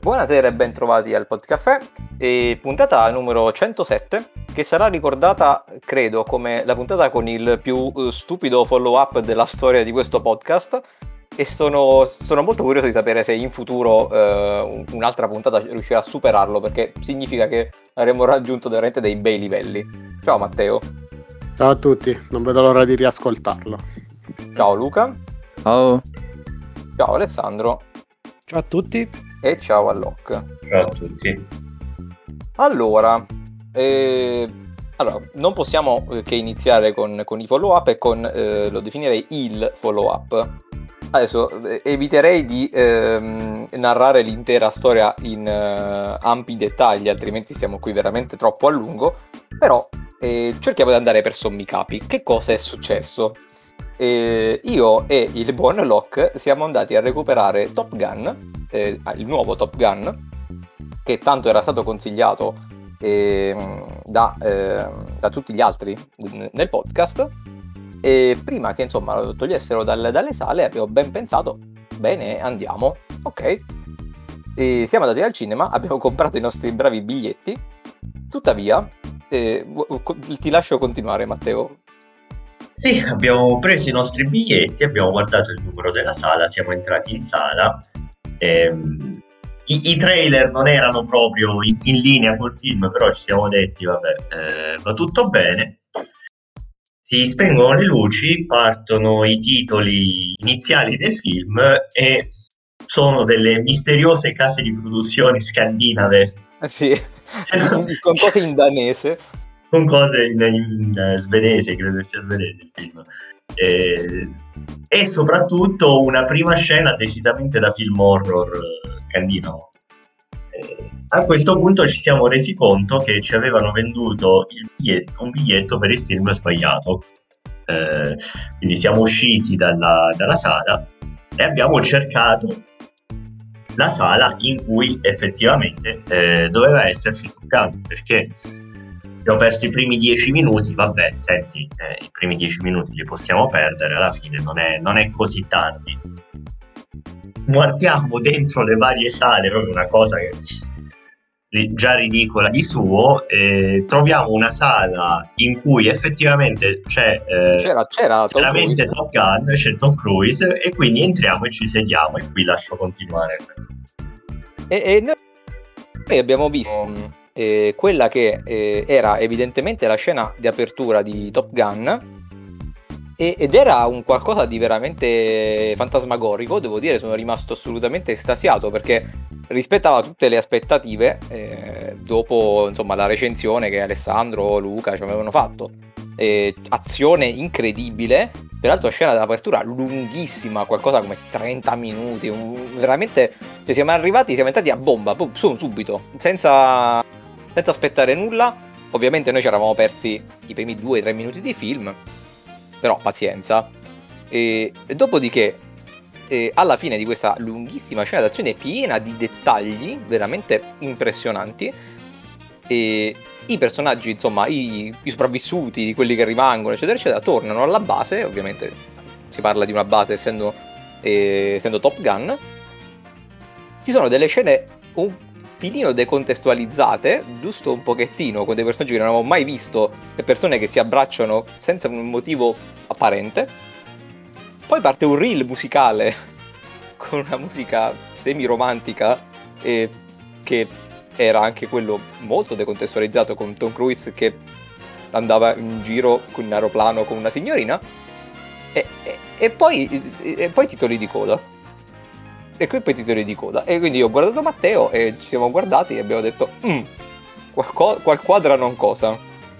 Buonasera e ben trovati al Podcaffè, puntata numero 107, che sarà ricordata, credo, come la puntata con il più stupido follow-up della storia di questo podcast, e sono molto curioso di sapere se in futuro un'altra puntata riuscirà a superarlo, perché significa che avremo raggiunto veramente dei bei livelli. Ciao Matteo. Ciao a tutti, non vedo l'ora di riascoltarlo. Ciao Luca. Ciao. Ciao Alessandro. Ciao a tutti. E ciao a Locke. Ciao a tutti. Allora, non possiamo che iniziare con i follow-up e con, lo definirei il follow-up. Adesso eviterei di narrare l'intera storia in ampi dettagli, altrimenti stiamo qui veramente troppo a lungo, però cerchiamo di andare per sommi capi. Che cosa è successo? Io e il buon Locke siamo andati a recuperare Top Gun, il nuovo Top Gun, che tanto era stato consigliato da tutti gli altri nel podcast, e prima che insomma lo togliessero dalle sale abbiamo ben pensato, bene, andiamo, ok. E siamo andati al cinema, abbiamo comprato i nostri bravi biglietti, tuttavia ti lascio continuare, Matteo. Sì, abbiamo preso i nostri biglietti, abbiamo guardato il numero della sala, siamo entrati in sala. I trailer non erano proprio in linea col film, però ci siamo detti, vabbè, va tutto bene. Si spengono le luci, partono i titoli iniziali del film e sono delle misteriose case di produzione scandinave. Sì, con cose in danese. Con cose in svedese, credo sia svedese il film. E soprattutto una prima scena decisamente da film horror scandinavo. A questo punto ci siamo resi conto che ci avevano venduto un biglietto per il film sbagliato. Quindi siamo usciti dalla sala e abbiamo cercato la sala in cui effettivamente doveva esserci Top Gun, perché ho perso i primi 10 minuti, vabbè, senti, i primi 10 minuti li possiamo perdere, alla fine non è così tardi. Guardiamo dentro le varie sale, proprio una cosa che già ridicola di suo, troviamo una sala in cui effettivamente c'era veramente Top Gun, c'è Tom Cruise, e quindi entriamo e ci sediamo, e qui lascio continuare. E noi abbiamo visto quella che era evidentemente la scena di apertura di Top Gun, ed era un qualcosa di veramente fantasmagorico. Devo dire, sono rimasto assolutamente estasiato, perché rispettava tutte le aspettative dopo insomma la recensione che Alessandro, Luca ci avevano fatto. Azione incredibile, peraltro scena d'apertura lunghissima, qualcosa come 30 minuti, veramente, cioè siamo entrati a bomba, subito, senza aspettare nulla. Ovviamente noi ci eravamo persi i primi 2-3 minuti di film, però pazienza. E dopodiché alla fine di questa lunghissima scena d'azione piena di dettagli veramente impressionanti, i personaggi, insomma i sopravvissuti, quelli che rimangono eccetera eccetera, tornano alla base. Ovviamente si parla di una base essendo Top Gun. Ci sono delle scene un filino decontestualizzate, giusto un pochettino, con dei personaggi che non avevamo mai visto, e persone che si abbracciano senza un motivo apparente. Poi parte un reel musicale con una musica semi-romantica, che era anche quello molto decontestualizzato, con Tom Cruise che andava in giro con un aeroplano con una signorina, e poi titoli di coda. E qui poi titoli di coda. E quindi io ho guardato Matteo e ci siamo guardati e abbiamo detto qual quadra non cosa.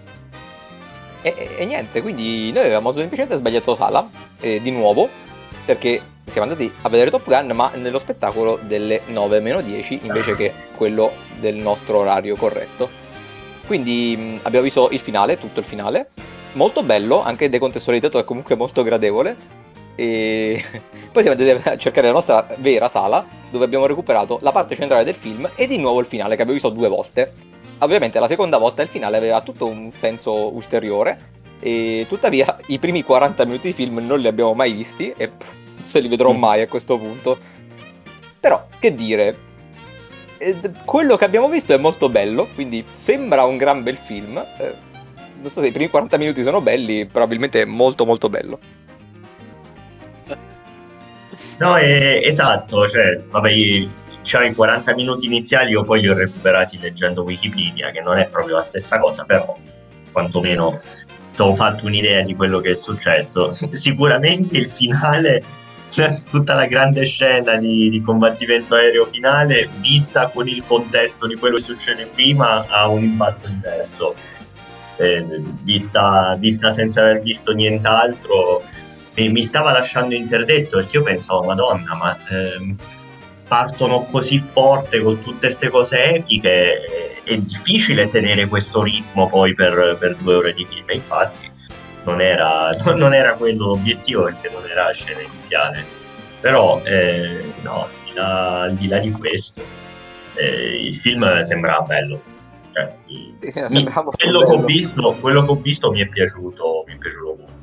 E niente, quindi noi avevamo semplicemente sbagliato sala, di nuovo, perché siamo andati a vedere Top Gun, ma nello spettacolo delle 9-10 invece che quello del nostro orario corretto. Quindi abbiamo visto il finale, tutto il finale, molto bello, anche decontestualizzato e comunque molto gradevole. E poi siamo andati a cercare la nostra vera sala, dove abbiamo recuperato la parte centrale del film e di nuovo il finale, che abbiamo visto 2 volte. Ovviamente la seconda volta il finale aveva tutto un senso ulteriore, e tuttavia i primi 40 minuti di film non li abbiamo mai visti e non se li vedrò mai a questo punto. Però, che dire, quello che abbiamo visto è molto bello, quindi sembra un gran bel film. Non so se i primi 40 minuti sono belli, probabilmente è molto molto bello. No, esatto, cioè, vabbè, i 40 minuti iniziali io poi li ho recuperati leggendo Wikipedia, che non è proprio la stessa cosa, però quantomeno ti ho fatto un'idea di quello che è successo. Sicuramente il finale, cioè, tutta la grande scena di combattimento aereo finale, vista con il contesto di quello che succede prima, ha un impatto diverso. Vista senza aver visto nient'altro, mi stava lasciando interdetto, perché io pensavo, Madonna, ma partono così forte con tutte queste cose epiche, è difficile tenere questo ritmo poi per 2 ore di film. E infatti non era quello l'obiettivo, perché non era la scena iniziale. Però no, al di là di questo, il film sembrava bello. Cioè, sembrava molto quello bello. che ho visto mi è piaciuto molto.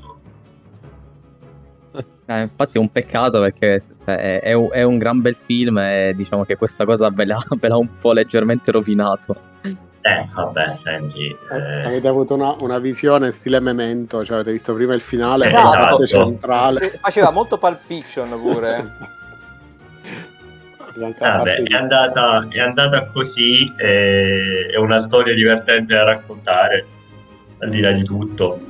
Infatti è un peccato, perché è un gran bel film, e diciamo che questa cosa ve l'ha un po' leggermente rovinato. Vabbè, senti. Avete avuto una visione stile Memento, cioè avete visto prima il finale, poi Esatto. la parte centrale. Faceva molto Pulp Fiction pure. Vabbè, è andata così, è una storia divertente da raccontare, al di là di tutto.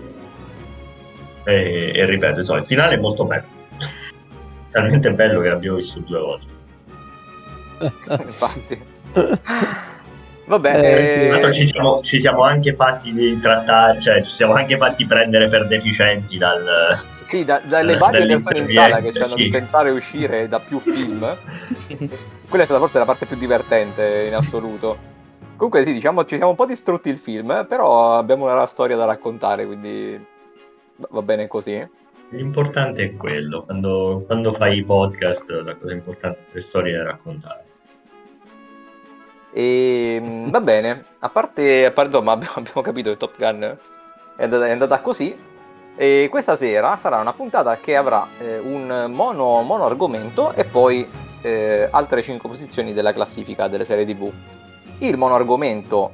E ripeto, il finale è molto bello. Talmente bello che l'abbiamo visto 2 volte. Infatti. Vabbè, Tanto ci siamo anche fatti di trattare, cioè ci siamo anche fatti prendere per deficienti dalle varie persone in sala che ci hanno sì. visto entrare e uscire da più film. Quella è stata forse la parte più divertente in assoluto. Comunque sì, diciamo, ci siamo un po' distrutti il film, però abbiamo una storia da raccontare, quindi va bene così. L'importante è quello, quando fai i podcast, la cosa importante è le storie da raccontare. E va bene, a parte insomma, abbiamo capito che Top Gun è andata così. E questa sera sarà una puntata che avrà un mono argomento e poi altre 5 posizioni della classifica delle serie TV. Il mono argomento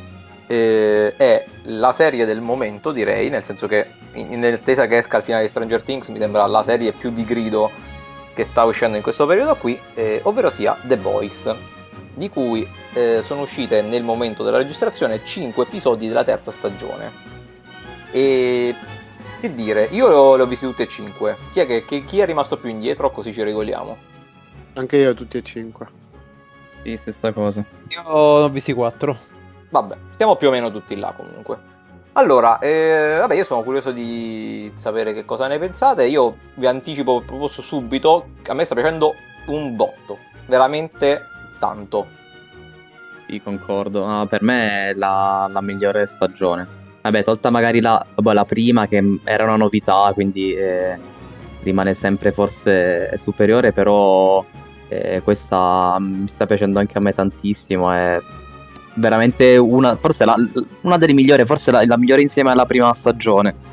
è la serie del momento, direi, nel senso che in attesa che esca il finale di Stranger Things mi sembra la serie più di grido che sta uscendo in questo periodo qui, ovvero sia The Boys, di cui sono uscite nel momento della registrazione 5 episodi della 3ª stagione. E che dire, io le ho viste tutte e 5. Chi è rimasto più indietro, così ci regoliamo? Anche io tutti e 5. Sì, stessa cosa. Io ne ho visti 4. Vabbè, stiamo più o meno tutti là comunque. Allora, vabbè, io sono curioso di sapere che cosa ne pensate. Io vi anticipo proprio subito, a me sta piacendo un botto, veramente tanto. Sì, concordo. Per me è la migliore stagione. Vabbè, tolta magari la prima, che era una novità, quindi rimane sempre forse superiore, però questa mi sta piacendo anche a me tantissimo. È veramente una delle migliori, forse la migliore insieme alla prima stagione.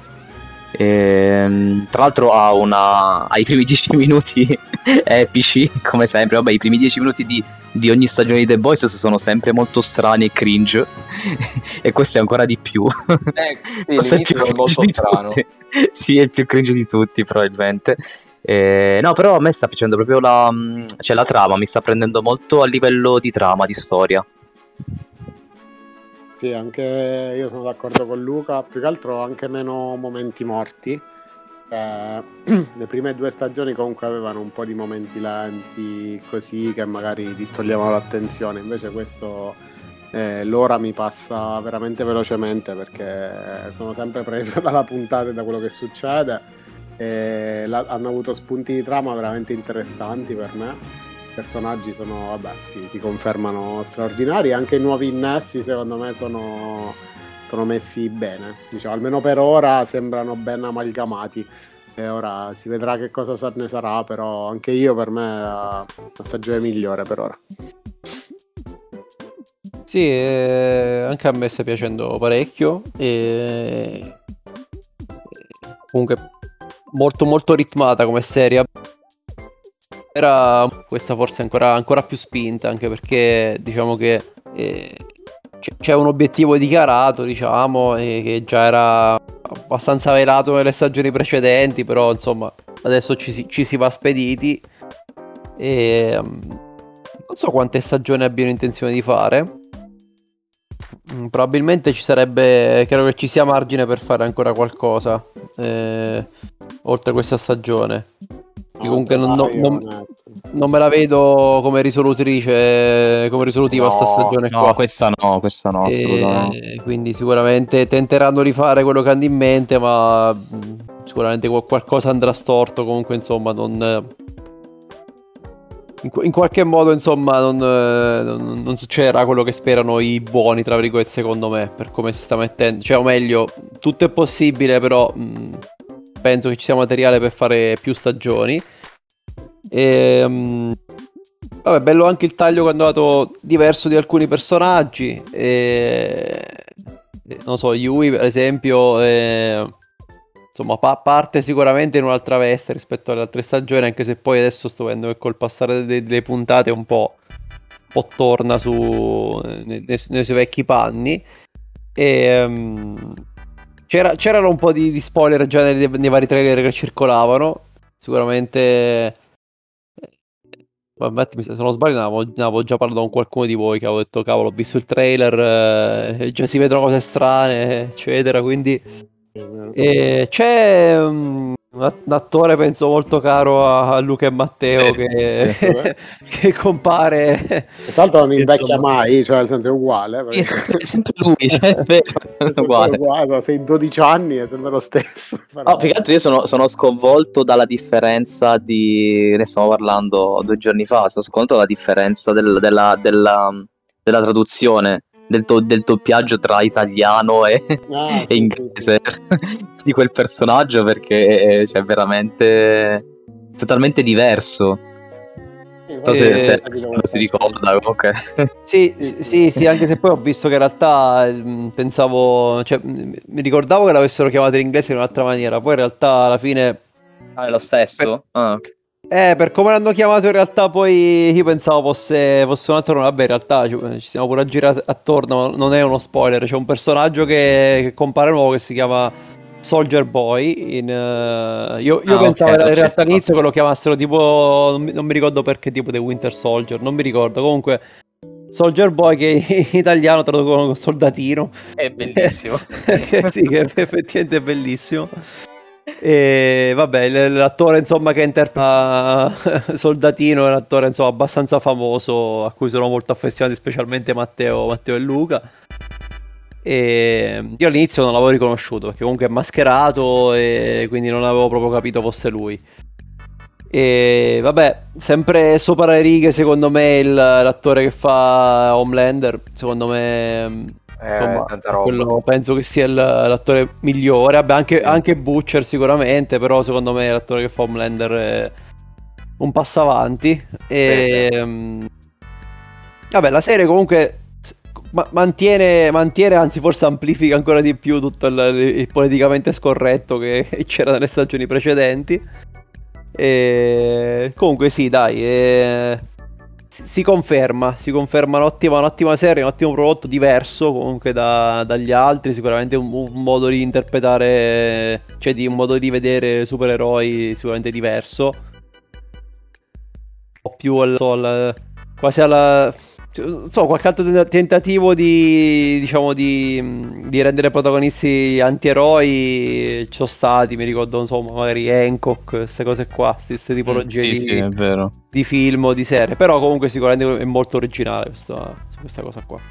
Tra l'altro ha i primi 10 minuti epici, come sempre. Vabbè, i primi 10 minuti di ogni stagione di The Boys sono sempre molto strani e cringe, e questo è ancora di più. Sì, l'inizio è molto strano. Sì, è il più cringe di tutti, probabilmente. No, però a me sta piacendo proprio la trama, mi sta prendendo molto a livello di trama, di storia. Sì, anche io sono d'accordo con Luca, più che altro anche meno momenti morti. Le prime 2 stagioni comunque avevano un po' di momenti lenti, così, che magari distoglievano l'attenzione. Invece questo l'ora mi passa veramente velocemente, perché sono sempre preso dalla puntata e da quello che succede. Hanno avuto spunti di trama veramente interessanti per me. I personaggi si confermano straordinari, anche i nuovi innesti secondo me sono messi bene, diciamo, almeno per ora sembrano ben amalgamati, e ora si vedrà che cosa ne sarà, però anche io, per me, è la stagione migliore per ora. Sì, anche a me sta piacendo parecchio, e comunque molto molto ritmata come serie. era questa forse ancora più spinta, anche perché diciamo che c'è un obiettivo dichiarato, diciamo, e che già era abbastanza velato nelle stagioni precedenti, però insomma adesso ci si va spediti e non so quante stagioni abbiano intenzione di fare. Probabilmente credo che ci sia margine per fare ancora qualcosa oltre questa stagione. Comunque non me la vedo come risolutiva sta stagione qua. No, questa no, assolutamente. Quindi sicuramente tenteranno di fare quello che hanno in mente, ma sicuramente qualcosa andrà storto. Comunque insomma in qualche modo insomma non succederà quello che sperano i buoni, tra virgolette, secondo me, per come si sta mettendo. Cioè, o meglio, tutto è possibile, però penso che ci sia materiale per fare più stagioni. E vabbè, bello anche il taglio che hanno dato diverso di alcuni personaggi. Non so, Yui per esempio, insomma, parte sicuramente in un'altra veste rispetto alle altre stagioni, anche se poi adesso sto vedendo che col passare delle puntate un po' torna nei suoi vecchi panni. C'erano un po' di spoiler già nei vari trailer che circolavano. Sicuramente, vabbè, se non sbaglio, ne avevo già parlato con qualcuno di voi che avevo detto, cavolo, ho visto il trailer, già si vedono cose strane, eccetera, quindi c'è un attore, penso, molto caro a Luca e Matteo che compare. Tra l'altro non invecchia mai, cioè nel senso è uguale. È sempre lui, cioè, è uguale. Sei 12 anni è sempre lo stesso. No, più che altro io sono sconvolto dalla differenza ne stiamo parlando 2 giorni fa, sono sconvolto dalla differenza della traduzione. Del doppiaggio tra italiano e inglese di quel personaggio, perché cioè, veramente totalmente diverso. Non so se si ricorda comunque. Sì, anche se poi ho visto che in realtà pensavo, cioè mi ricordavo che l'avessero chiamato in inglese in un'altra maniera, poi in realtà alla fine è lo stesso? Per come l'hanno chiamato in realtà poi io pensavo fosse un altro nome. Vabbè, in realtà ci siamo pure a girare attorno, ma non è uno spoiler. C'è un personaggio che compare nuovo che si chiama Soldier Boy. Io pensavo in realtà all'inizio che lo chiamassero tipo, non mi ricordo perché, tipo The Winter Soldier, non mi ricordo. Comunque Soldier Boy, che in italiano traducono con soldatino. È bellissimo. Sì, che effettivamente è bellissimo. E vabbè, l'attore insomma che interpreta Soldatino è un attore insomma abbastanza famoso, a cui sono molto affezionati, specialmente Matteo e Luca. E io all'inizio non l'avevo riconosciuto perché comunque è mascherato e quindi non avevo proprio capito fosse lui. E vabbè, sempre sopra le righe secondo me l'attore che fa Homelander, secondo me insomma, quello penso che sia l'attore migliore. Vabbè, anche Butcher sicuramente, però secondo me l'attore che fa Homelander è un passo avanti. E vabbè, la serie comunque mantiene, anzi forse amplifica ancora di più tutto il politicamente scorretto che c'era nelle stagioni precedenti. E comunque sì, dai, si conferma un'ottima serie, un ottimo prodotto, diverso comunque dagli altri, sicuramente un modo di interpretare, cioè un modo di vedere supereroi sicuramente diverso, un po' più quasi alla, non so, qualche altro tentativo di rendere protagonisti antieroi ci sono stati, mi ricordo insomma magari Hancock, queste cose qua, queste tipologie sì, è vero, di film o di serie, però comunque sicuramente è molto originale questa cosa qua.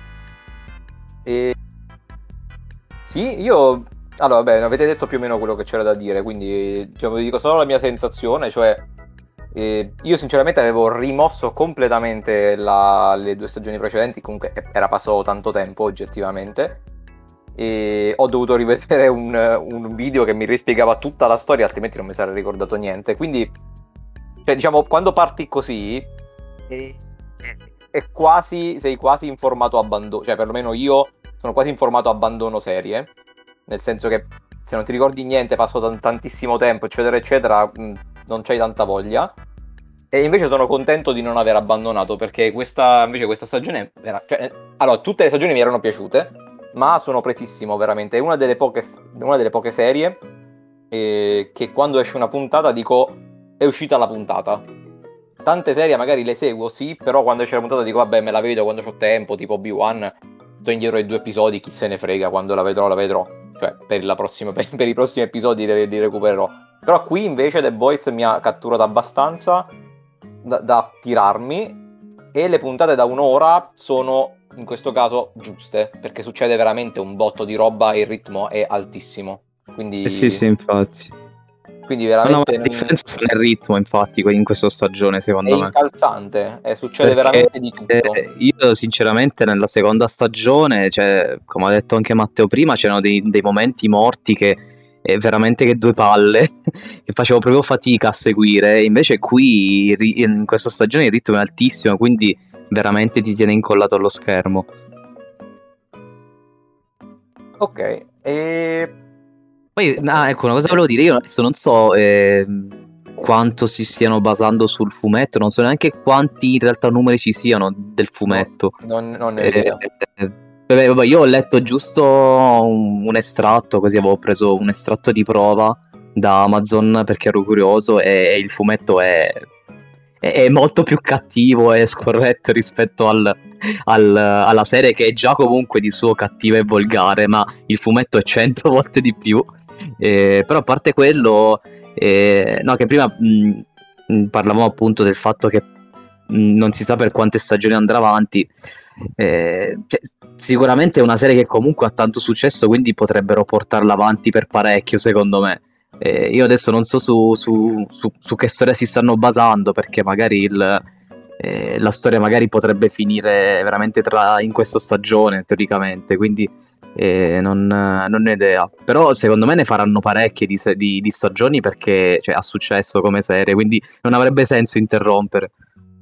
Sì, io allora vabbè, avete detto più o meno quello che c'era da dire, quindi diciamo, vi dico solo la mia sensazione, cioè io sinceramente avevo rimosso completamente le 2 stagioni precedenti, comunque era passato tanto tempo oggettivamente, e ho dovuto rivedere un video che mi rispiegava tutta la storia, altrimenti non mi sarei ricordato niente. Quindi cioè, diciamo, quando parti così sei quasi informato abbandono, cioè perlomeno io sono quasi informato abbandono serie, nel senso che se non ti ricordi niente, passo tantissimo tempo eccetera eccetera, non c'hai tanta voglia. E invece sono contento di non aver abbandonato, perché questa stagione allora, tutte le stagioni mi erano piaciute, ma sono presissimo veramente. È una delle poche serie che quando esce una puntata dico è uscita la puntata. Tante serie magari le seguo, sì, però quando esce la puntata dico vabbè, me la vedo quando ho tempo, tipo Obi-Wan, sto indietro ai 2 episodi, chi se ne frega, quando la vedrò la vedrò. Cioè, per i prossimi episodi li recupererò. Però qui invece The Boys mi ha catturato abbastanza da tirarmi, e le puntate da 1 ora sono in questo caso giuste, perché succede veramente un botto di roba e il ritmo è altissimo. Quindi Sì, infatti. quindi No, veramente la differenza sta nel ritmo, infatti, in questa stagione, è secondo me. incalzante, succede Perché veramente di tutto. io sinceramente nella seconda stagione, cioè, come ha detto anche Matteo prima, c'erano dei momenti morti che veramente che 2 palle, che facevo proprio fatica a seguire. Invece qui in questa stagione il ritmo è altissimo, quindi veramente ti tiene incollato allo schermo. Ok, e Poi, ecco, una cosa volevo dire, io adesso non so quanto si stiano basando sul fumetto, non so neanche quanti in realtà numeri ci siano del fumetto. non ne ho idea. Vabbè, io ho letto giusto un estratto, così avevo preso un estratto di prova da Amazon perché ero curioso, e il fumetto è molto più cattivo e scorretto rispetto alla serie, che è già comunque di suo cattiva e volgare, ma il fumetto è 100 volte di più. Però a parte quello, no, che prima parlavamo appunto del fatto che non si sa per quante stagioni andrà avanti. Cioè, sicuramente è una serie che comunque ha tanto successo, quindi potrebbero portarla avanti per parecchio, secondo me. Io adesso non so su che storia si stanno basando, perché magari la storia magari potrebbe finire veramente in questa stagione, teoricamente, quindi non ho idea. Però secondo me ne faranno parecchie di stagioni, perché cioè, ha successo come serie, quindi non avrebbe senso interrompere.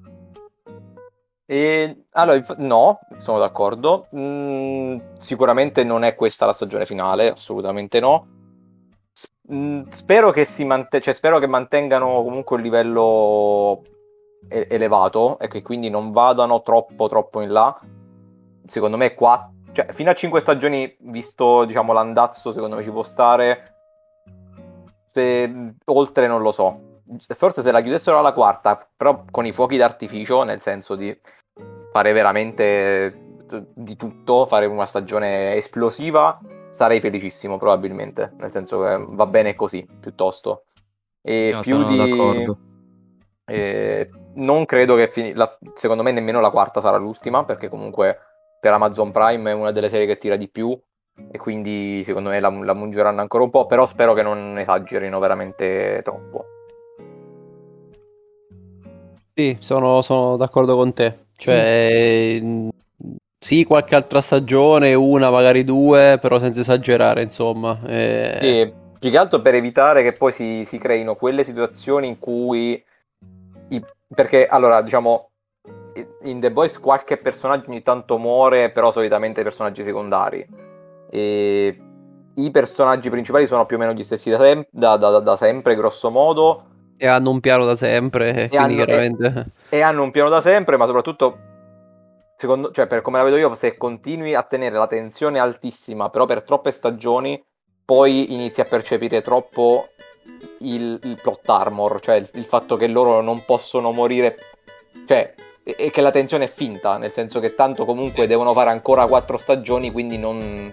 Allora, no, sono d'accordo. Sicuramente non è questa la stagione finale, assolutamente no. Spero che spero che mantengano comunque un livello elevato e che quindi non vadano troppo in là. Secondo me fino a 5 stagioni, visto diciamo l'andazzo, secondo me ci può stare. Se oltre non lo so. Forse se la chiudessero alla quarta, però con i fuochi d'artificio, nel senso di fare veramente di tutto, fare una stagione esplosiva, sarei felicissimo probabilmente, nel senso che va bene così, piuttosto. E No, più sono d'accordo. non credo che secondo me nemmeno la quarta sarà l'ultima, perché comunque per Amazon Prime è una delle serie che tira di più, e quindi secondo me la mungeranno ancora un po', però spero che non esagerino veramente troppo. Sì, sono d'accordo con te. Cioè, sì, qualche altra stagione, una, magari 2, però senza esagerare, insomma. E più che altro per evitare che poi si creino quelle situazioni in cui perché allora diciamo in The Boys qualche personaggio ogni tanto muore, però solitamente personaggi secondari, e i personaggi principali sono più o meno gli stessi da sempre, grosso modo, E hanno un piano da sempre, e quindi hanno, chiaramente... e hanno un piano da sempre, ma soprattutto cioè per come la vedo io, se continui a tenere la tensione altissima però per troppe stagioni, poi inizi a percepire troppo il plot armor, cioè il fatto che loro non possono morire, cioè, e che la tensione è finta, nel senso che tanto comunque devono fare ancora 4 stagioni, quindi non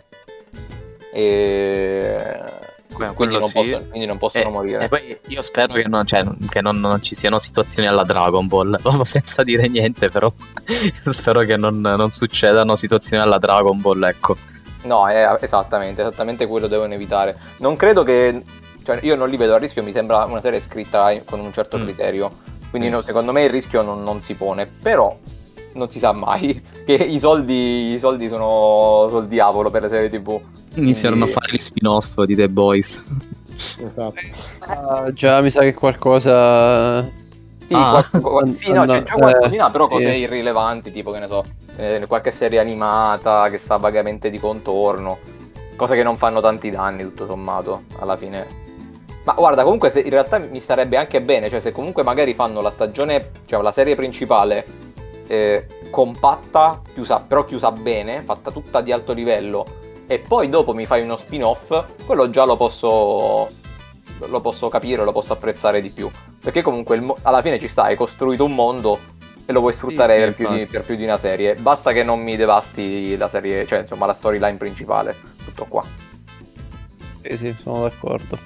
Quello sì. quindi non possono morire. E poi io spero che non ci siano situazioni alla Dragon Ball, senza dire niente, però spero che non succedano situazioni alla Dragon Ball, ecco. No, è esattamente quello devono evitare. Non credo che, cioè, io non li vedo a rischio, mi sembra una serie scritta con un certo criterio, quindi no, secondo me il rischio non si pone, però non si sa mai, che i soldi sono sul diavolo per le serie TV. Iniziano a fare gli spin-off di The Boys. Esatto. già mi sa che qualcosa... Sì, sì, no, c'è già qualcosina, però cose sì. irrilevanti, tipo che ne so, qualche serie animata che sta vagamente di contorno, cose che non fanno tanti danni tutto sommato alla fine. Ma guarda, comunque in realtà mi starebbe anche bene, cioè se comunque magari fanno la stagione, cioè la serie principale compatta, però chiusa bene, fatta tutta di alto livello, e poi dopo mi fai uno spin-off, quello già lo posso capire, lo posso apprezzare di più, perché comunque alla fine ci sta, hai costruito un mondo e lo puoi sfruttare per più di una serie, basta che non mi devasti la serie, cioè insomma la storyline principale, tutto qua. Sì, sono d'accordo.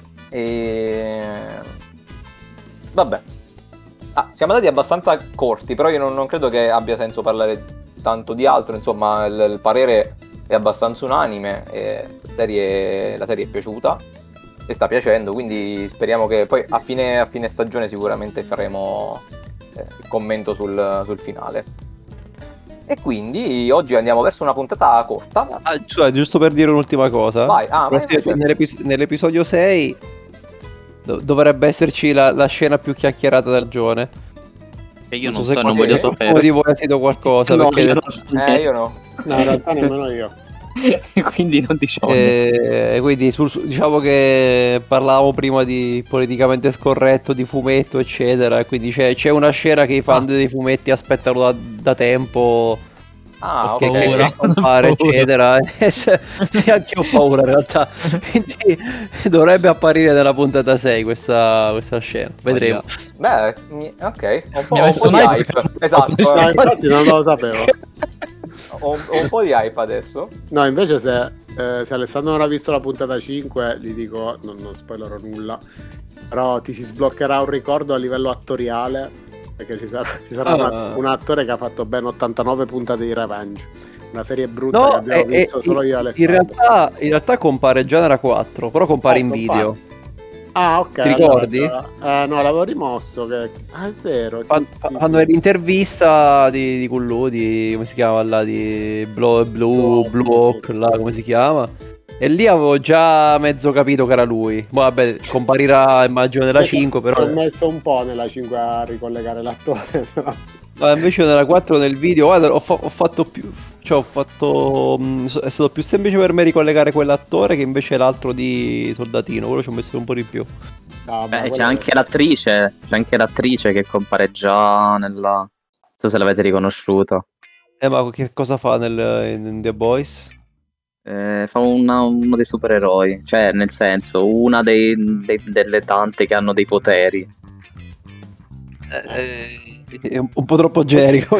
Vabbè, siamo andati abbastanza corti, però io non credo che abbia senso parlare tanto di altro, insomma il parere è abbastanza unanime, la serie è piaciuta e sta piacendo, quindi speriamo che poi a fine stagione sicuramente faremo il commento sul finale. E quindi oggi andiamo verso una puntata corta. Cioè, giusto per dire un'ultima cosa. Vai. Nell'episodio 6 dovrebbe esserci la scena più chiacchierata del Gione. E io non so, non voglio sapere. Uno di voi ha sentito qualcosa? No, perché... io non so niente. Io no. No, in realtà nemmeno io. Quindi non diciamo quindi diciamo che parlavamo prima di politicamente scorretto, di fumetto eccetera, e quindi c'è una scena che i fan dei fumetti aspettano da tempo, che compare eccetera. Sì, anche ho paura in realtà, quindi dovrebbe apparire nella puntata 6 questa scena, vedremo. Beh, ok, un po' di hype. Esatto, infatti non lo sapevo. Ho un po' di hype adesso. No, invece se Alessandro non ha visto la puntata 5, gli dico, non spoilerò nulla, però ti si sbloccherà un ricordo a livello attoriale, perché ci sarà un attore che ha fatto ben 89 puntate di Revenge, una serie brutta che abbiamo visto solo io e Alessandro. In realtà compare già nella 4, però compare in video. Ah, ok. Ti ricordi? No, l'avevo rimosso. È vero. Fanno l'intervista di quello di come si chiama là, di Blue Hawk, là, come si chiama? E lì avevo già mezzo capito che era lui. Vabbè, comparirà immagino nella 5, però. Ho messo un po' nella 5 a ricollegare l'attore, però. Invece nella 4 nel video, guarda, ho fatto più. Cioè, è stato più semplice per me ricollegare quell'attore che invece l'altro di Soldatino. Quello ci ho messo un po' di più. C'è anche l'attrice. C'è anche l'attrice che compare già nella. Non so se l'avete riconosciuta. Ma che cosa fa in The Boys? Fa uno dei supereroi. Cioè, nel senso, una delle tante che hanno dei poteri. È un po' troppo generico.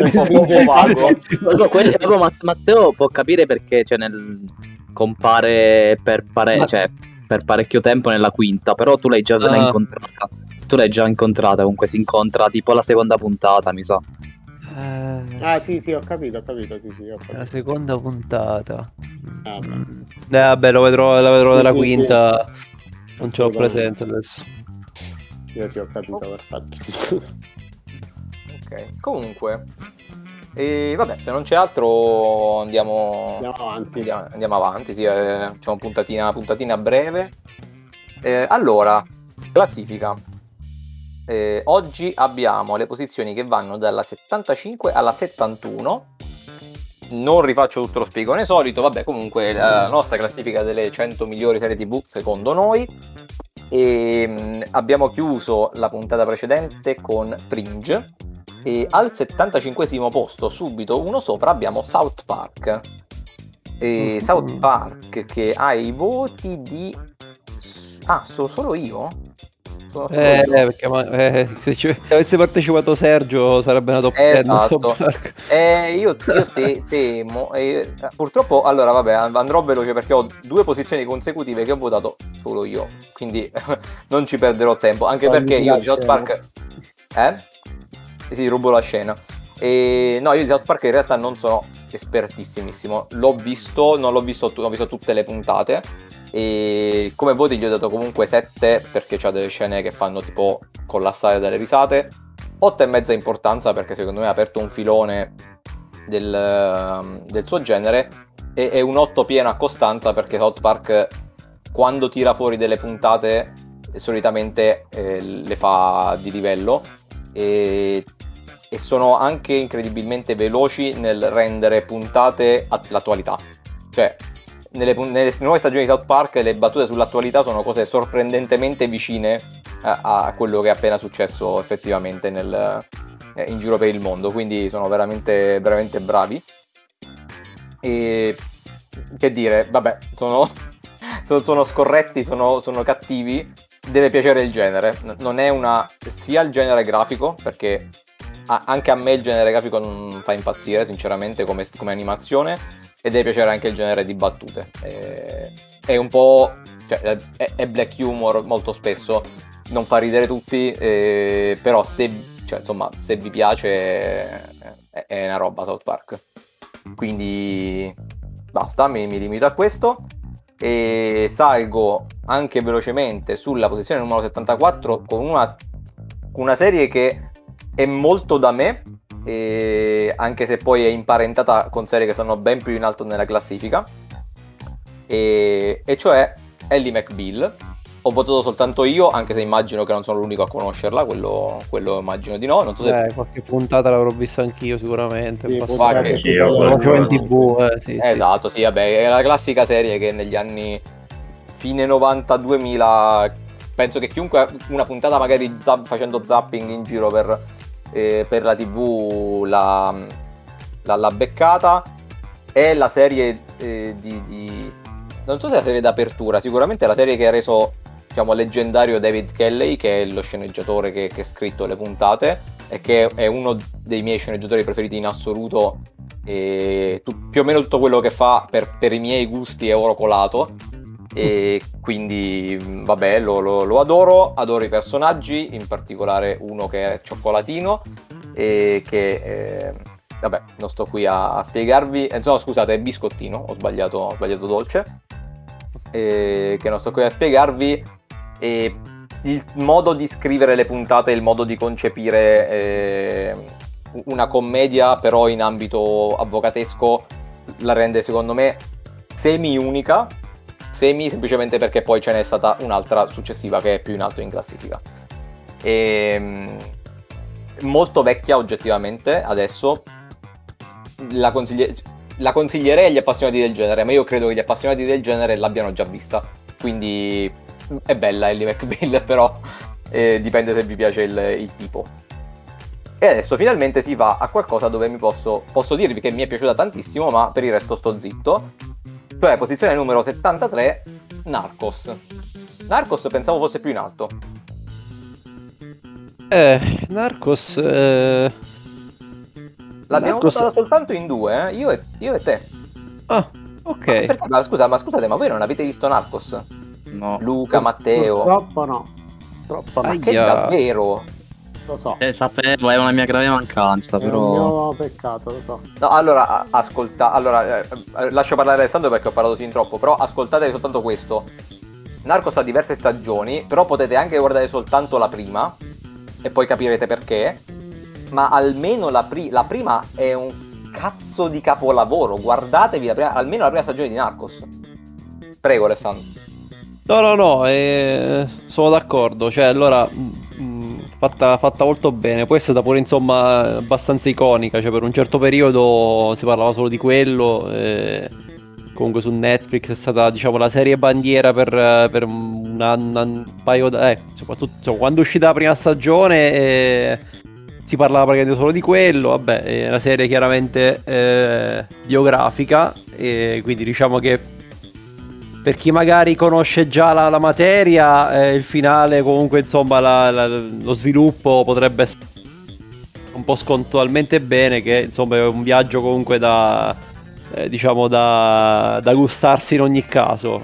Matteo può capire perché compare per parecchio tempo nella quinta, però tu l'hai già incontrata. Tu l'hai già incontrata, comunque si incontra tipo la seconda puntata, mi sa. Sì, ho capito. Sì, la seconda puntata. Vabbè, la vedrò nella quinta. Non ce l'ho presente adesso. Io sì, ho capito, perfetto. Ok, comunque vabbè, se non c'è altro andiamo avanti, sì, c'è una puntatina breve. Allora, classifica. Oggi abbiamo le posizioni che vanno dalla 75 alla 71. Non rifaccio tutto lo spiegone solito, vabbè, comunque la nostra classifica delle 100 migliori serie TV secondo noi. E abbiamo chiuso la puntata precedente con Fringe. E al 75esimo posto, subito uno sopra, abbiamo South Park. South Park che ha i voti di... sono solo io? Perché se avesse partecipato Sergio sarebbe una top 10. Esatto. Io temo, purtroppo, allora vabbè, andrò veloce perché ho 2 posizioni consecutive che ho votato solo io, quindi non ci perderò tempo, anche perché io di South Park sì, rubo la scena. No, io di South Park in realtà non sono espertissimissimo, l'ho visto tutte le puntate e come voti gli ho dato comunque 7 perché c'ha delle scene che fanno tipo collassare dalle risate, 8,5 importanza perché secondo me ha aperto un filone del suo genere, e un 8 pieno a costanza perché South Park quando tira fuori delle puntate solitamente le fa di livello e sono anche incredibilmente veloci nel rendere puntate all'attualità, cioè nelle nuove stagioni di South Park le battute sull'attualità sono cose sorprendentemente vicine a quello che è appena successo effettivamente in giro per il mondo, quindi sono veramente, veramente bravi. E che dire, vabbè, sono scorretti, sono cattivi, deve piacere il genere, non è sia il genere grafico, perché anche a me il genere grafico non fa impazzire sinceramente come animazione, e deve piacere anche il genere di battute. È un po', cioè, è black humor molto spesso, non fa ridere tutti, però se vi piace è una roba South Park. Quindi basta, mi limito a questo e salgo anche velocemente sulla posizione numero 74 con una serie che è molto da me, anche se poi è imparentata con serie che sono ben più in alto nella classifica, e cioè Ally McBeal. Ho votato soltanto io, anche se immagino che non sono l'unico a conoscerla, quello immagino di no. Non so se... qualche puntata l'avrò vista anch'io sicuramente. Sì, anch'io, in TV, sì, esatto, sì, vabbè, è la classica serie che negli anni fine 90-2000 penso che chiunque una puntata magari facendo zapping in giro per la TV l'ha beccata. È la serie non so se è la serie d'apertura, sicuramente è la serie che ha reso, diciamo, leggendario David Kelley, che è lo sceneggiatore che ha scritto le puntate e che è uno dei miei sceneggiatori preferiti in assoluto, e più o meno tutto quello che fa per i miei gusti è oro colato, e quindi vabbè, lo adoro i personaggi, in particolare uno che è cioccolatino e che vabbè, non sto qui a spiegarvi, insomma, scusate, è biscottino, ho sbagliato dolce, che non sto qui a spiegarvi. E il modo di scrivere le puntate, il modo di concepire una commedia però in ambito avvocatesco la rende secondo me semi-unica, semplicemente perché poi ce n'è stata un'altra successiva che è più in alto in classifica. Molto vecchia oggettivamente adesso, la consiglierei agli appassionati del genere, ma io credo che gli appassionati del genere l'abbiano già vista, quindi è bella Ally McBeal, però dipende se vi piace il tipo. E adesso finalmente si va a qualcosa dove posso dirvi che mi è piaciuta tantissimo, ma per il resto sto zitto. Cioè, posizione numero 73, Narcos. Narcos pensavo fosse più in alto. Narcos... L'abbiamo votata soltanto in due, io e te. Ah, ok. Ma scusate, ma voi non avete visto Narcos? No. Luca, Matteo? Purtroppo no. Ma che davvero? Lo so. Sapevo, è una mia grave mancanza, È però... un mio peccato, lo so. No, allora, lascio parlare Alessandro perché ho parlato sin troppo, però ascoltate soltanto questo. Narcos ha diverse stagioni, però potete anche guardare soltanto la prima e poi capirete perché. Ma almeno la prima è un cazzo di capolavoro. Guardatevi almeno la prima stagione di Narcos. Prego, Alessandro. No, sono d'accordo. Cioè, allora, fatta molto bene. Poi è stata pure, insomma, abbastanza iconica. Cioè, per un certo periodo si parlava solo di quello. Comunque su Netflix è stata, diciamo, la serie bandiera per un paio soprattutto insomma, quando è uscita la prima stagione si parlava praticamente solo di quello. Vabbè, è una serie chiaramente biografica, e quindi diciamo che per chi magari conosce già la materia, il finale comunque, insomma, lo sviluppo potrebbe essere un po' scontualmente bene, che insomma è un viaggio comunque da gustarsi in ogni caso.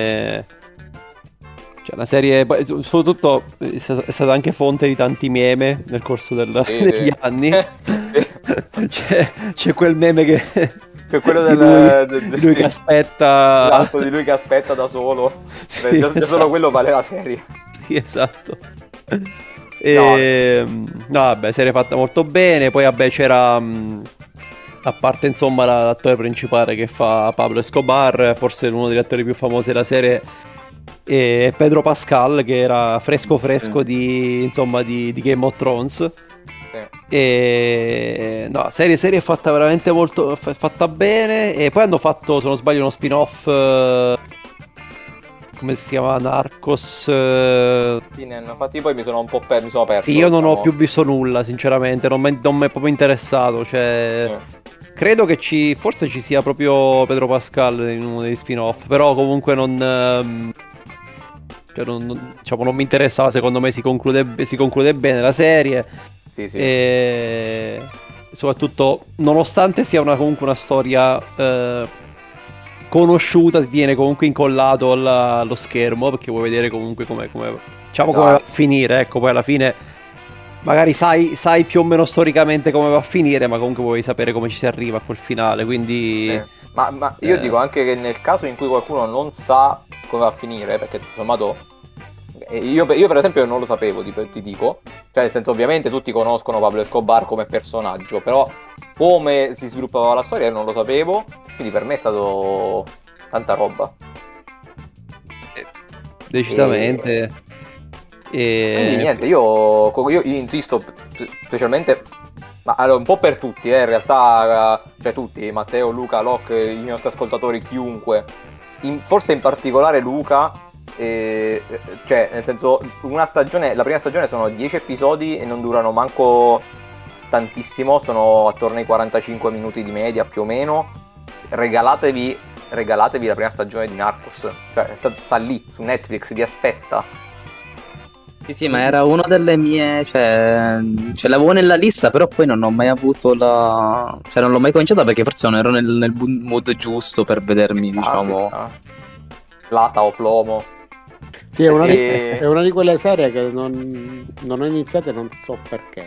Cioè, una serie, soprattutto è stata anche fonte di tanti meme nel corso degli anni. C'è quel meme che C'è quello di lui che aspetta. Esatto, di lui che aspetta da solo. Sì, già esatto. solo quello vale la serie. Sì, esatto. No, vabbè, serie fatta molto bene. Poi vabbè c'era, a parte insomma l'attore principale che fa Pablo Escobar, forse uno degli attori più famosi della serie, e Pedro Pascal, che era fresco di Game of Thrones. E no, serie è fatta veramente molto fatta bene. E poi hanno fatto, se non sbaglio, uno spin-off, come si chiama, Narcos. Sì, ne hanno fatti, poi mi sono un po' mi sono perso. Sì, io non ho diciamo. più visto nulla, sinceramente, non mi è proprio interessato, cioè credo che forse ci sia proprio Pedro Pascal in uno degli spin-off, però comunque diciamo, non mi interessava. Secondo me si conclude bene la serie. Sì. E soprattutto, nonostante sia comunque una storia conosciuta, ti tiene comunque incollato allo schermo, perché vuoi vedere comunque come va a finire. Ecco, poi alla fine magari sai più o meno storicamente come va a finire, ma comunque vuoi sapere come ci si arriva a quel finale, quindi... Ma io dico anche che nel caso in cui qualcuno non sa come va a finire, perché insommato io per esempio non lo sapevo, ti dico, cioè nel senso, ovviamente tutti conoscono Pablo Escobar come personaggio, però come si sviluppava la storia io non lo sapevo, quindi per me è stato tanta roba. Decisamente. Quindi niente, io insisto specialmente, ma allora, un po' per tutti, in realtà, cioè tutti, Matteo, Luca, Locke, i nostri ascoltatori, chiunque, forse in particolare Luca, cioè nel senso, la prima stagione sono 10 episodi e non durano manco tantissimo, sono attorno ai 45 minuti di media più o meno. Regalatevi la prima stagione di Narcos, cioè sta lì su Netflix, vi aspetta. Sì, ma era una delle mie, cioè, ce l'avevo nella lista, però poi non ho mai avuto cioè non l'ho mai cominciata perché forse non ero nel mood giusto per vedermi, diciamo... Plata o plomo. Sì, è una di quelle serie che non ho iniziato e non so perché.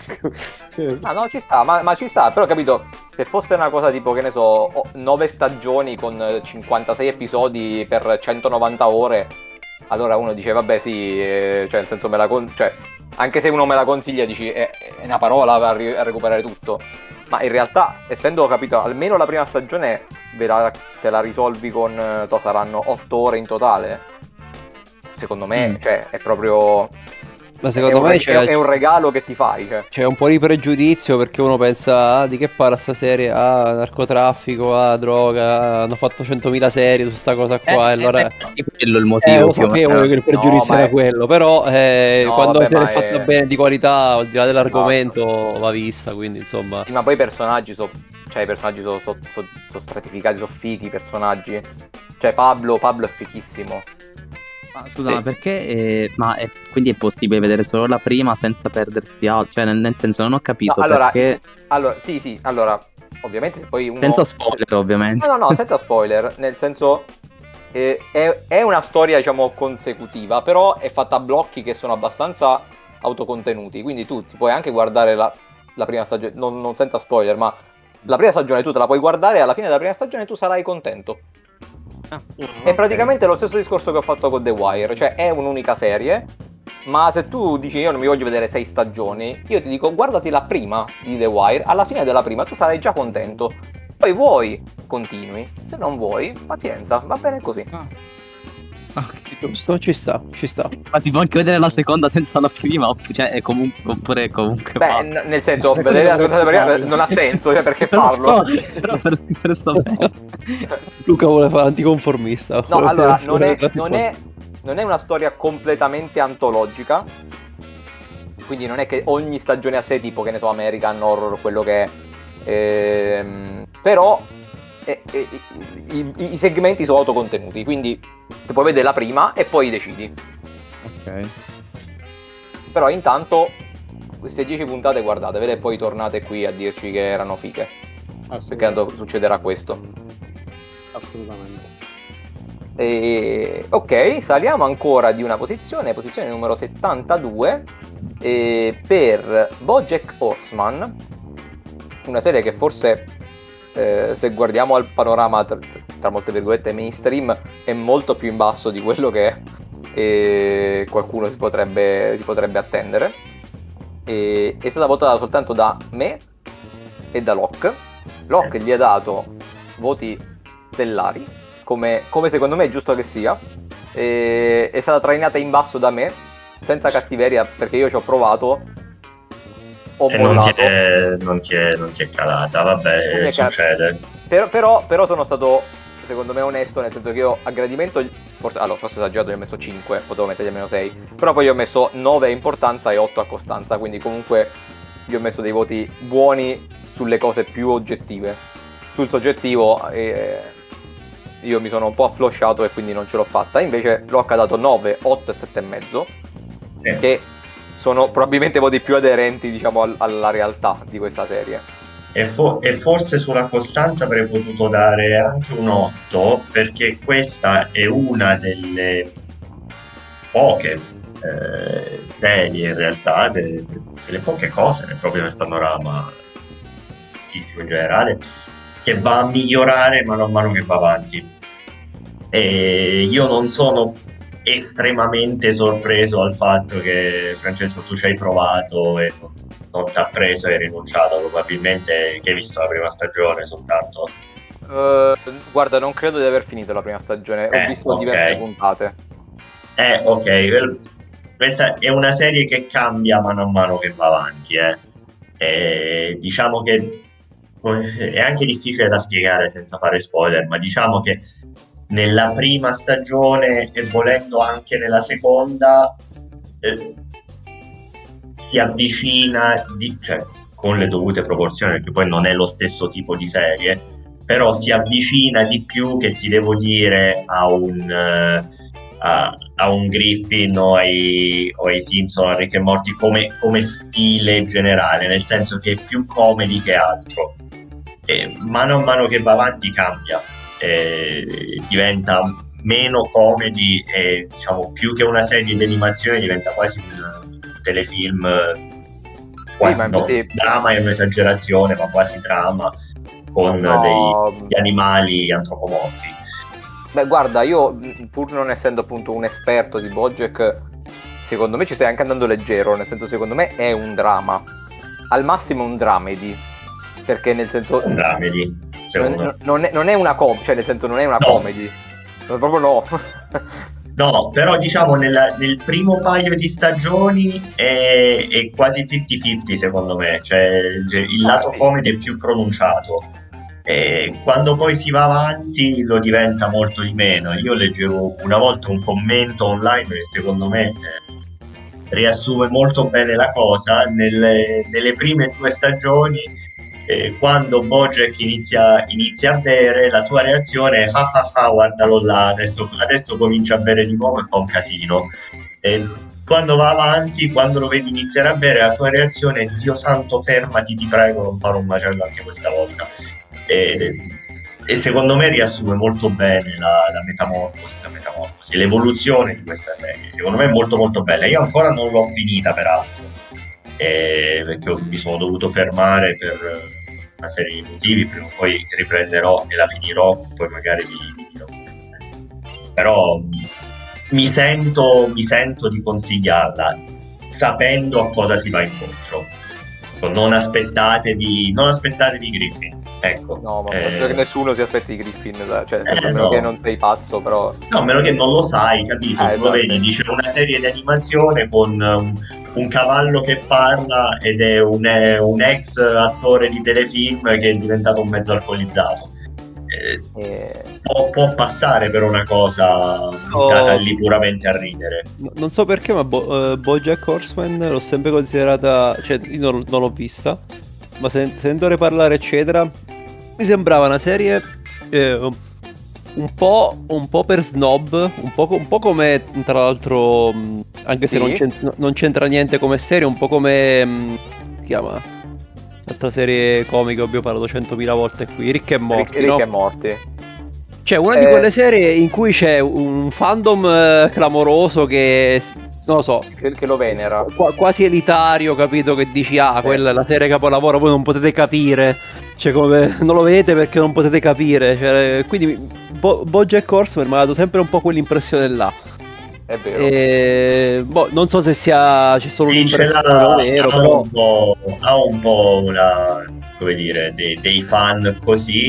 No, ci sta, ma ci sta, però capito, se fosse una cosa tipo, che ne so, 9 stagioni con 56 episodi per 190 ore, allora uno dice vabbè sì, cioè nel senso cioè, anche se uno me la consiglia dici è una parola a recuperare tutto, ma in realtà, essendo, capito, almeno la prima stagione te la risolvi con, saranno 8 ore in totale, secondo me, cioè è proprio... Ma secondo me è un regalo che ti fai, cioè. C'è un po' di pregiudizio perché uno pensa di che parla sta serie, narcotraffico, droga, hanno fatto 100.000 serie su sta cosa qua, e allora quello è il motivo. lo sapevo che il pregiudizio era quello, però quando la serie è fatta bene, di qualità, al di là dell'argomento, va vista, quindi insomma. Sì, ma poi i personaggi sono stratificati, sono fighi i personaggi, cioè Pablo è fighissimo. Ma scusa, ma perché? Quindi è possibile vedere solo la prima senza perdersi altro? Cioè, nel senso, non ho capito perché. Allora, sì, allora, ovviamente se poi uno... Senza spoiler, ovviamente. No, senza spoiler, nel senso, è una storia, diciamo, consecutiva, però è fatta a blocchi che sono abbastanza autocontenuti, quindi tu ti puoi anche guardare la prima stagione, non senza spoiler, ma la prima stagione tu te la puoi guardare e alla fine della prima stagione tu sarai contento. È praticamente lo stesso discorso che ho fatto con The Wire, cioè è un'unica serie, ma se tu dici io non mi voglio vedere 6 stagioni, io ti dico guardati la prima di The Wire, alla fine della prima tu sarai già contento, poi vuoi continui, se non vuoi pazienza, va bene così. Giusto, ci sta. Ma ti può anche vedere la seconda senza la prima, oppure comunque beh, nel senso, vedere la seconda prima non ha senso, cioè perché farlo? Però per sapere. Luca vuole fare anticonformista. No, allora, non è una storia completamente antologica, quindi non è che ogni stagione a sé, tipo, che ne so, American Horror, quello che è, però i segmenti sono autocontenuti, quindi ti puoi vedere la prima e poi decidi. Ok. Però intanto queste 10 puntate guardatevele e poi tornate qui a dirci che erano fighe, perché tanto succederà questo. Assolutamente. Ok, saliamo ancora di una posizione numero 72, per BoJack Horseman, una serie che forse, se guardiamo al panorama tra molte virgolette mainstream, è molto più in basso di quello che qualcuno si potrebbe attendere. È stata votata soltanto da me e da Locke. Locke gli ha dato voti stellari, come secondo me è giusto che sia. È stata trainata in basso da me, senza cattiveria, perché io ci ho provato ho E mollato. non ti è calata, vabbè, Non mi è succede. Però sono stato, secondo me, onesto, nel senso che io a gradimento, forse esagerato, gli ho messo 5, potevo mettergli almeno 6, però poi gli ho messo 9 a importanza e 8 a costanza, quindi comunque gli ho messo dei voti buoni sulle cose più oggettive. Sul soggettivo io mi sono un po' afflosciato e quindi non ce l'ho fatta, invece l'ho dato 9, 8 e 7,5, Sì. che sono probabilmente voti più aderenti, diciamo, alla realtà di questa serie. E forse sulla costanza avrei potuto dare anche un 8, perché questa è una delle poche serie, in realtà, delle poche cose proprio nel panorama artistico in generale, che va a migliorare mano a mano che va avanti. E io non sono estremamente sorpreso al fatto che, Francesco, tu ci hai provato e non ti ha preso e hai rinunciato, probabilmente, che hai visto la prima stagione soltanto. Guarda, non credo di aver finito la prima stagione, ho visto Ok. diverse puntate. Ok, questa è una serie che cambia mano a mano che va avanti, E diciamo che è anche difficile da spiegare senza fare spoiler, ma diciamo che nella prima stagione e volendo anche nella seconda si avvicina cioè, con le dovute proporzioni, perché poi non è lo stesso tipo di serie, però si avvicina di più, che ti devo dire, a un Griffin o ai Simpson, a Rick e Morty, come stile generale, nel senso che è più comedy che altro. E mano a mano che va avanti cambia, diventa meno comedy e, diciamo, più che una serie di animazione diventa quasi un telefilm, quasi drama è un'esagerazione, ma quasi drama, con degli animali antropomorfi. Beh, guarda, io, pur non essendo appunto un esperto di BoJack, secondo me ci stai anche andando leggero, nel senso, secondo me è un drama, al massimo un dramedy, perché nel senso un dramedy, non è una comedy, cioè nel senso non è una comedy, proprio no. No, però diciamo nel primo paio di stagioni è quasi 50-50 secondo me, cioè il lato comedy è più pronunciato. E quando poi si va avanti lo diventa molto di meno. Io leggevo una volta un commento online che secondo me riassume molto bene la cosa. Nelle prime 2 stagioni, quando BoJack inizia a bere, la tua reazione è guardalo là, adesso comincia a bere di nuovo e fa un casino. Quando va avanti, quando lo vedi iniziare a bere, la tua reazione è: Dio santo, fermati, ti prego, non fare un macello anche questa volta. E secondo me riassume molto bene la metamorfosi, l'evoluzione di questa serie. Secondo me è molto molto bella. Io ancora non l'ho finita, peraltro, perché mi sono dovuto fermare per una serie di motivi. Prima o poi riprenderò e la finirò, poi magari vi dirò. Però mi sento di consigliarla, sapendo a cosa si va incontro. Non aspettatevi Griffin, ecco. No, ma penso che nessuno si aspetti Griffin, cioè, a meno che non sei pazzo, però. No, a meno che non lo sai, capito? Tu lo vedi, dice una serie di animazione con un cavallo che parla ed è un ex attore di telefilm che è diventato un mezzo alcolizzato. Può passare per una cosa buttata lì puramente a ridere. Non so perché, ma BoJack Horseman l'ho sempre considerata, cioè io non l'ho vista, ma sentore parlare eccetera mi sembrava una serie un po' per snob, un po' come, tra l'altro, anche se non c'entra niente come serie, un po' come si chiama l'altra serie comica, abbiamo parlato 100.000 volte qui, Rick e Morty. Rick e Morty. Cioè, una di quelle serie in cui c'è un fandom clamoroso che, non lo so, che lo venera, quasi elitario, capito? Che dici, quella è la serie capolavoro, voi non potete capire, cioè come non lo vedete perché non potete capire, cioè, quindi BoJack Horseman mi ha dato sempre un po' quell'impressione là. È vero. Non so se c'è solo un'impressione vero, però ha un po' una, come dire, dei fan così.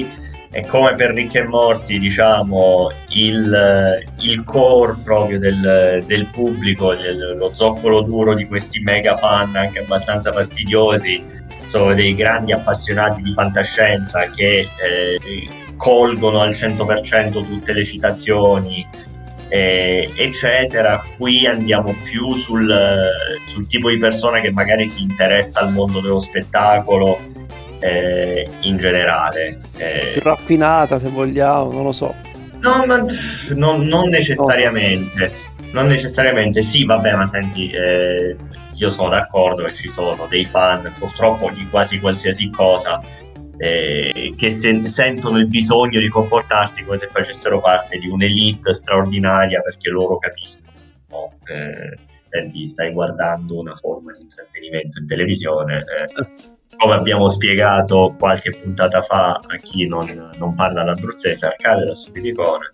E come per Rick e Morty, diciamo, il core proprio del pubblico, lo zoccolo duro di questi mega fan anche abbastanza fastidiosi, sono dei grandi appassionati di fantascienza che colgono al 100% tutte le citazioni, eccetera. Qui andiamo più sul tipo di persona che magari si interessa al mondo dello spettacolo in generale, più raffinata, se vogliamo, non lo so. no, ma non necessariamente, non necessariamente. Sì, vabbè, ma senti, io sono d'accordo che ci sono dei fan purtroppo di quasi qualsiasi cosa che sentono il bisogno di comportarsi come se facessero parte di un'elite straordinaria perché loro capiscono, no? Senti, stai guardando una forma di intrattenimento in televisione, come abbiamo spiegato qualche puntata fa a chi non parla l'abruzzese, Arcade da Stupidicone,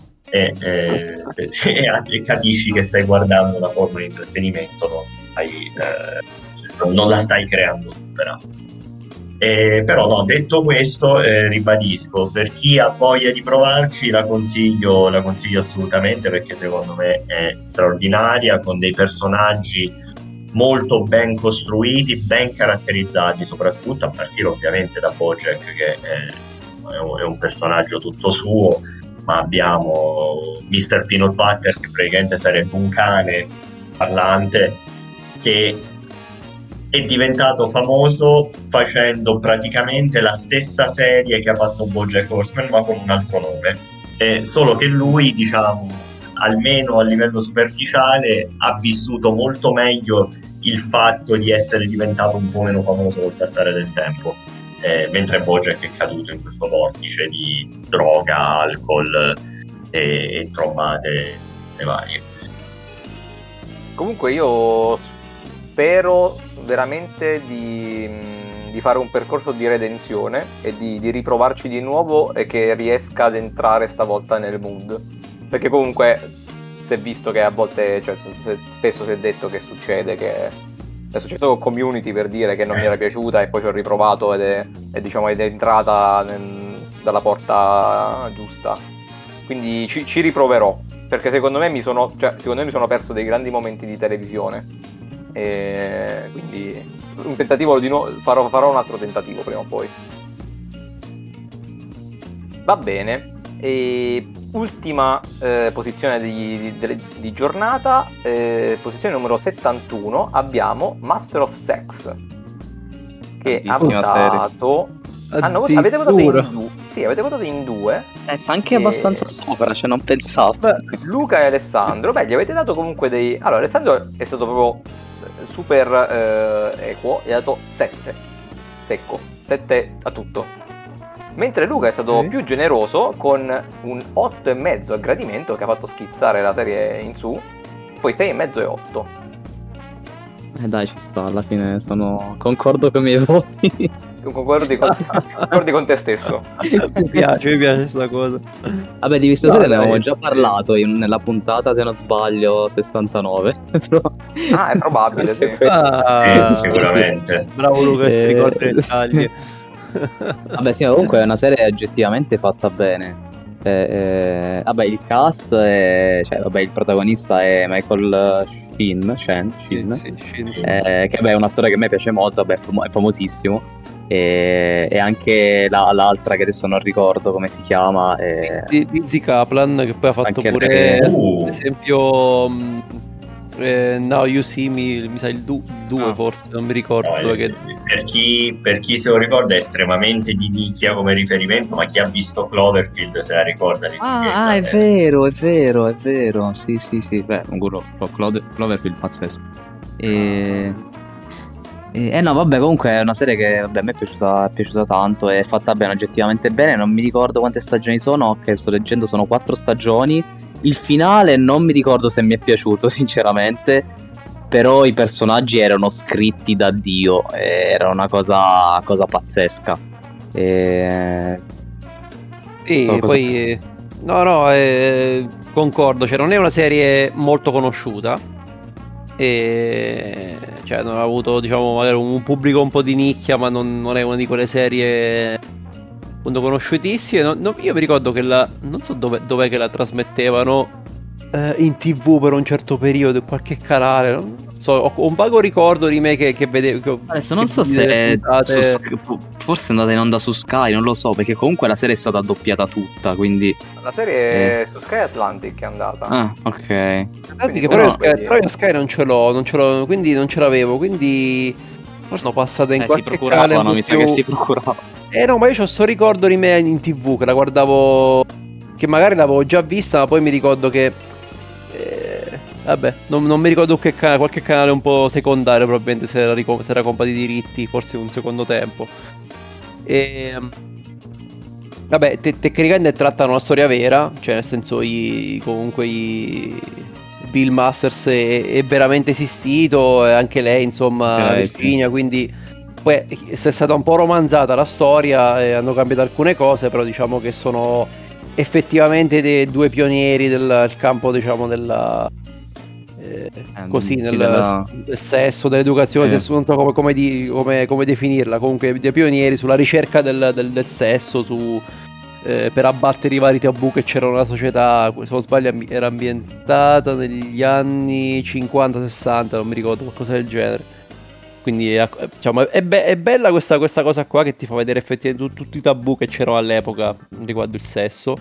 e capisci che stai guardando una forma di intrattenimento, non la stai creando tu, però no, detto questo, ribadisco, per chi ha voglia di provarci la consiglio assolutamente, perché secondo me è straordinaria, con dei personaggi molto ben costruiti, ben caratterizzati, soprattutto a partire ovviamente da Bojack, che è un personaggio tutto suo, ma abbiamo Mr. Peanut Butter, che praticamente sarebbe un cane parlante, che è diventato famoso facendo praticamente la stessa serie che ha fatto BoJack Horseman, ma con un altro nome, solo che lui, diciamo, almeno a livello superficiale, ha vissuto molto meglio il fatto di essere diventato un po' meno famoso col passare del tempo, mentre BoJack è caduto in questo vortice di droga, alcol e trombate varie. Comunque io spero veramente di fare un percorso di redenzione e di riprovarci di nuovo e che riesca ad entrare stavolta nel mood, perché comunque si è visto che a volte, cioè, spesso si è detto che succede, che è successo con Community, per dire, che non mi era piaciuta e poi ci ho riprovato ed è entrata dalla porta giusta, quindi ci riproverò, perché secondo me mi sono perso dei grandi momenti di televisione. E quindi un tentativo di nuovo, farò un altro tentativo prima o poi. Va bene. E ultima posizione di giornata, posizione numero 71, abbiamo Master of Sex, che ha votato. Avete votato in due? Sì, avete votato in due. Anche abbastanza sopra, cioè non pensavo. Luca e Alessandro, beh, gli avete dato comunque dei. Allora, Alessandro è stato proprio super equo, gli ha dato 7 secco, 7 a tutto, mentre Luca è stato più generoso con un 8,5 a gradimento, che ha fatto schizzare la serie in su, poi 6,5 e 8. Dai, ci sta, alla fine concordo con i miei voti. Concordi con te stesso. Mi piace questa cosa. Vabbè, di questa serie ne avevamo già parlato nella puntata, se non sbaglio, 69. Ah, è probabile, sì. Sicuramente. Bravo Luca, si ricorda i dettagli. Vabbè, sì, comunque è una serie oggettivamente fatta bene. Vabbè, il cast il protagonista è Michael Sheen, che è un attore che a me piace molto, vabbè, è famosissimo. E anche l'altra, che adesso non ricordo come si chiama, Lizzie Kaplan, che poi ha fatto pure ad esempio Now You See Me, mi sa il 2 forse, non mi ricordo. Per chi se lo ricorda è estremamente di nicchia come riferimento, ma chi ha visto Cloverfield se la ricorda. È vero, sì, beh, Cloverfield pazzesco. No, vabbè, comunque è una serie che a me è piaciuta tanto, è fatta bene, oggettivamente bene. Non mi ricordo quante stagioni sono, che sto leggendo sono 4 stagioni. Il finale non mi ricordo se mi è piaciuto, sinceramente, però i personaggi erano scritti da Dio, era una cosa pazzesca. Poi concordo, cioè non è una serie molto conosciuta, cioè non ha avuto, diciamo, magari un pubblico un po' di nicchia, ma non è una di quelle serie appunto conosciutissime. Io mi ricordo che non so dov'è che la trasmettevano in TV per un certo periodo, qualche canale, non so, ho un vago ricordo di me che vedevo. Adesso non so se forse è andata in onda su Sky, non lo so, perché comunque la serie è stata doppiata tutta, quindi La serie è su Sky Atlantic è andata. ah, ok. Quindi Però però io Sky non ce l'ho, quindi non ce l'avevo, quindi forse sono passata in Si qualche canale procuravano, un mi po' sa che più- si procuravano. no, ma io ho sto ricordo di me in TV che la guardavo, che magari l'avevo già vista, ma poi mi ricordo che vabbè, non mi ricordo che qualche canale un po' secondario, probabilmente se era colpa di diritti, forse un secondo tempo. E vabbè, tecnicamente trattano una storia vera, cioè nel senso comunque Bill Masters è veramente esistito, e anche lei, insomma, Virginia, quindi poi è stata un po' romanzata la storia e hanno cambiato alcune cose, però diciamo che sono effettivamente dei due pionieri del campo, diciamo, della del sesso, dell'educazione sessuale, non so come definirla, comunque dei pionieri sulla ricerca del sesso, per abbattere i vari tabù che c'erano nella società. Se non sbaglio era ambientata negli anni 50-60, non mi ricordo, qualcosa del genere. Quindi diciamo, è bella questa cosa qua, che ti fa vedere effettivamente tutti i tabù che c'erano all'epoca riguardo il sesso,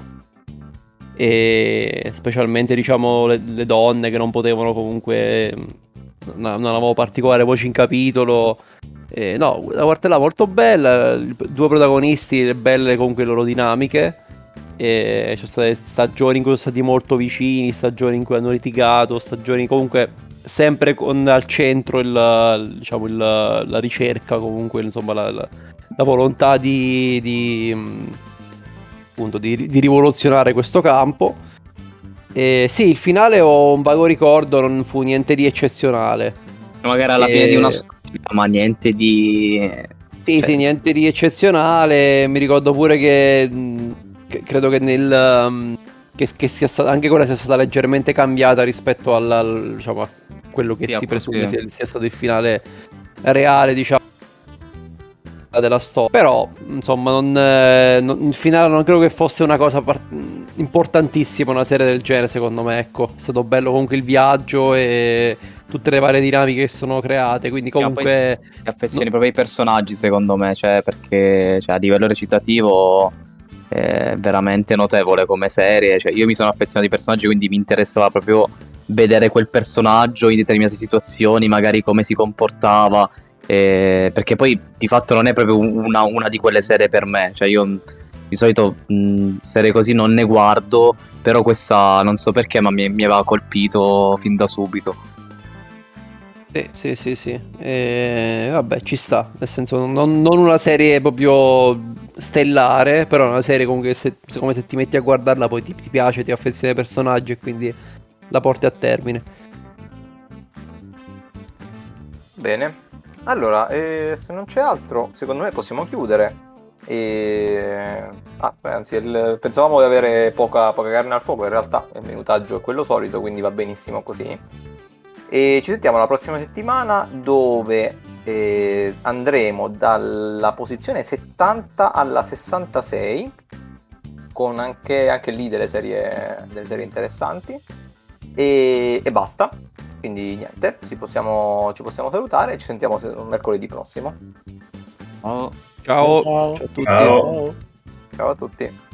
e specialmente, diciamo, le donne che non potevano comunque, non avevano particolare voce in capitolo. No, la parte là molto bella, due protagonisti, belle comunque le loro dinamiche. E ci sono state stagioni in cui sono stati molto vicini, stagioni in cui hanno litigato, stagioni comunque sempre con al centro diciamo la ricerca, comunque, insomma, la volontà di rivoluzionare questo campo. Sì, il finale ho un vago ricordo, non fu niente di eccezionale. Magari alla fine di una storia, ma niente di... Sì, niente di eccezionale. Mi ricordo pure che credo che che sia stata, anche quella sia stata leggermente cambiata rispetto diciamo, a quello che si presume sia stato il finale reale, diciamo, della storia. Però insomma il finale non credo che fosse una cosa importantissima, una serie del genere, secondo me. Ecco, è stato bello comunque il viaggio e tutte le varie dinamiche che sono create, quindi comunque ti affezioni proprio ai personaggi, secondo me, cioè, perché a livello recitativo è veramente notevole come serie. Cioè, io mi sono affezionato ai personaggi, quindi mi interessava proprio vedere quel personaggio in determinate situazioni, magari come si comportava, perché poi di fatto non è proprio una di quelle serie per me. Cioè, io di solito serie così non ne guardo, però questa non so perché, ma mi aveva colpito fin da subito. Sì. Vabbè, ci sta, nel senso non una serie proprio stellare, però una serie comunque come se ti metti a guardarla poi ti piace, ti affezioni ai personaggi e quindi la porti a termine. Bene, allora, se non c'è altro, secondo me possiamo chiudere. Anzi, pensavamo di avere poca carne al fuoco, in realtà il minutaggio è quello solito, quindi va benissimo così. E ci sentiamo la prossima settimana, dove andremo dalla posizione 70 alla 66, con anche lì delle serie interessanti, e basta. Quindi niente, ci possiamo salutare e ci sentiamo mercoledì prossimo. Ciao a tutti. Ciao. Ciao a tutti.